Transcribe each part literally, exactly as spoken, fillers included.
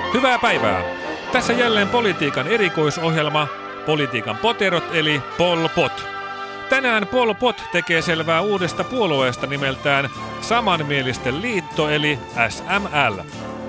Hyvää päivää! Tässä jälleen politiikan erikoisohjelma, politiikan poterot eli Pol Pot. Tänään Pol Pot tekee selvää uudesta puolueesta nimeltään Samanmielisten liitto eli S M L.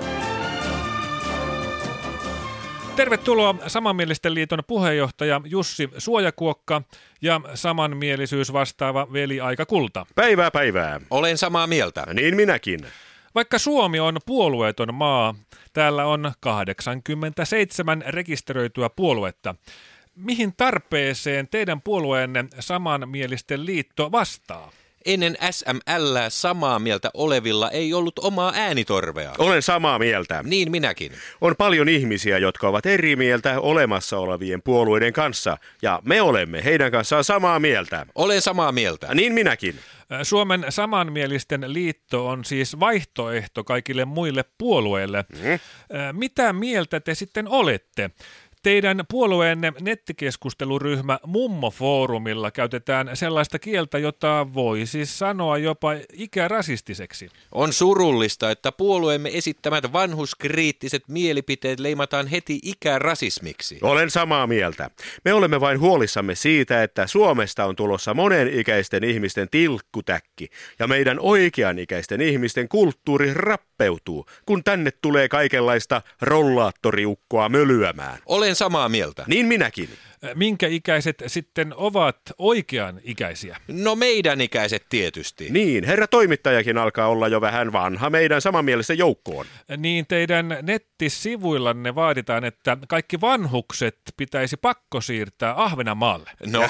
Tervetuloa Samanmielisten liiton puheenjohtaja Jussi Suojakuokka ja samanmielisyys vastaava veli Aika Kulta. Päivää päivää. Olen samaa mieltä. Niin minäkin. Vaikka Suomi on puolueeton maa, täällä on kahdeksankymmentäseitsemän rekisteröityä puoluetta. Mihin tarpeeseen teidän puolueenne Samanmielisten liitto vastaa? Ennen S M L samaa mieltä olevilla ei ollut omaa äänitorvea. Olen samaa mieltä. Niin minäkin. On paljon ihmisiä, jotka ovat eri mieltä olemassa olevien puolueiden kanssa, ja me olemme heidän kanssaan samaa mieltä. Olen samaa mieltä. Niin minäkin. Suomen Samanmielisten liitto on siis vaihtoehto kaikille muille puolueille. Mm. Mitä mieltä te sitten olette? Teidän puolueenne nettikeskusteluryhmä Mummo-foorumilla käytetään sellaista kieltä, jota voi siis sanoa jopa ikärasistiseksi. On surullista, että puolueemme esittämät vanhuskriittiset mielipiteet leimataan heti ikärasismiksi. Olen samaa mieltä. Me olemme vain huolissamme siitä, että Suomesta on tulossa monenikäisten ihmisten tilkkutäkki ja meidän oikeanikäisten ihmisten kulttuuri rappeutuu, kun tänne tulee kaikenlaista rollaattoriukkoa mölyämään. Olen samaa mieltä. Niin minäkin. Minkä ikäiset sitten ovat oikean ikäisiä? No meidän ikäiset tietysti. Niin, herra toimittajakin alkaa olla jo vähän vanha meidän samanmielisten joukkoon. Niin teidän nettisivuillanne vaaditaan, että kaikki vanhukset pitäisi pakko siirtää Ahvenanmaalle. No,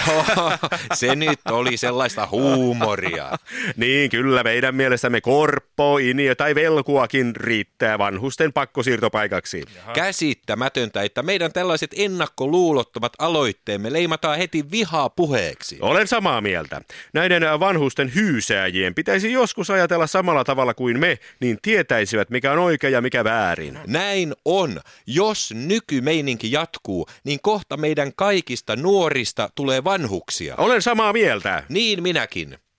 se nyt oli sellaista huumoria. Niin, kyllä meidän mielestämme korppo, iniö tai velkuakin riittää vanhusten pakkosiirtopaikaksi. Jaha. Käsittämätöntä, että meidän tällaiset ennakkoluulottomat aloitteemme leimataan heti vihaa puheeksi. Olen samaa mieltä. Näiden vanhusten hyysääjien pitäisi joskus ajatella samalla tavalla kuin me, niin tietäisivät mikä on oikein ja mikä väärin. Näin on. Jos nykymeininki jatkuu, niin kohta meidän kaikista nuorista tulee vanhuksia. Olen samaa mieltä. Niin minäkin.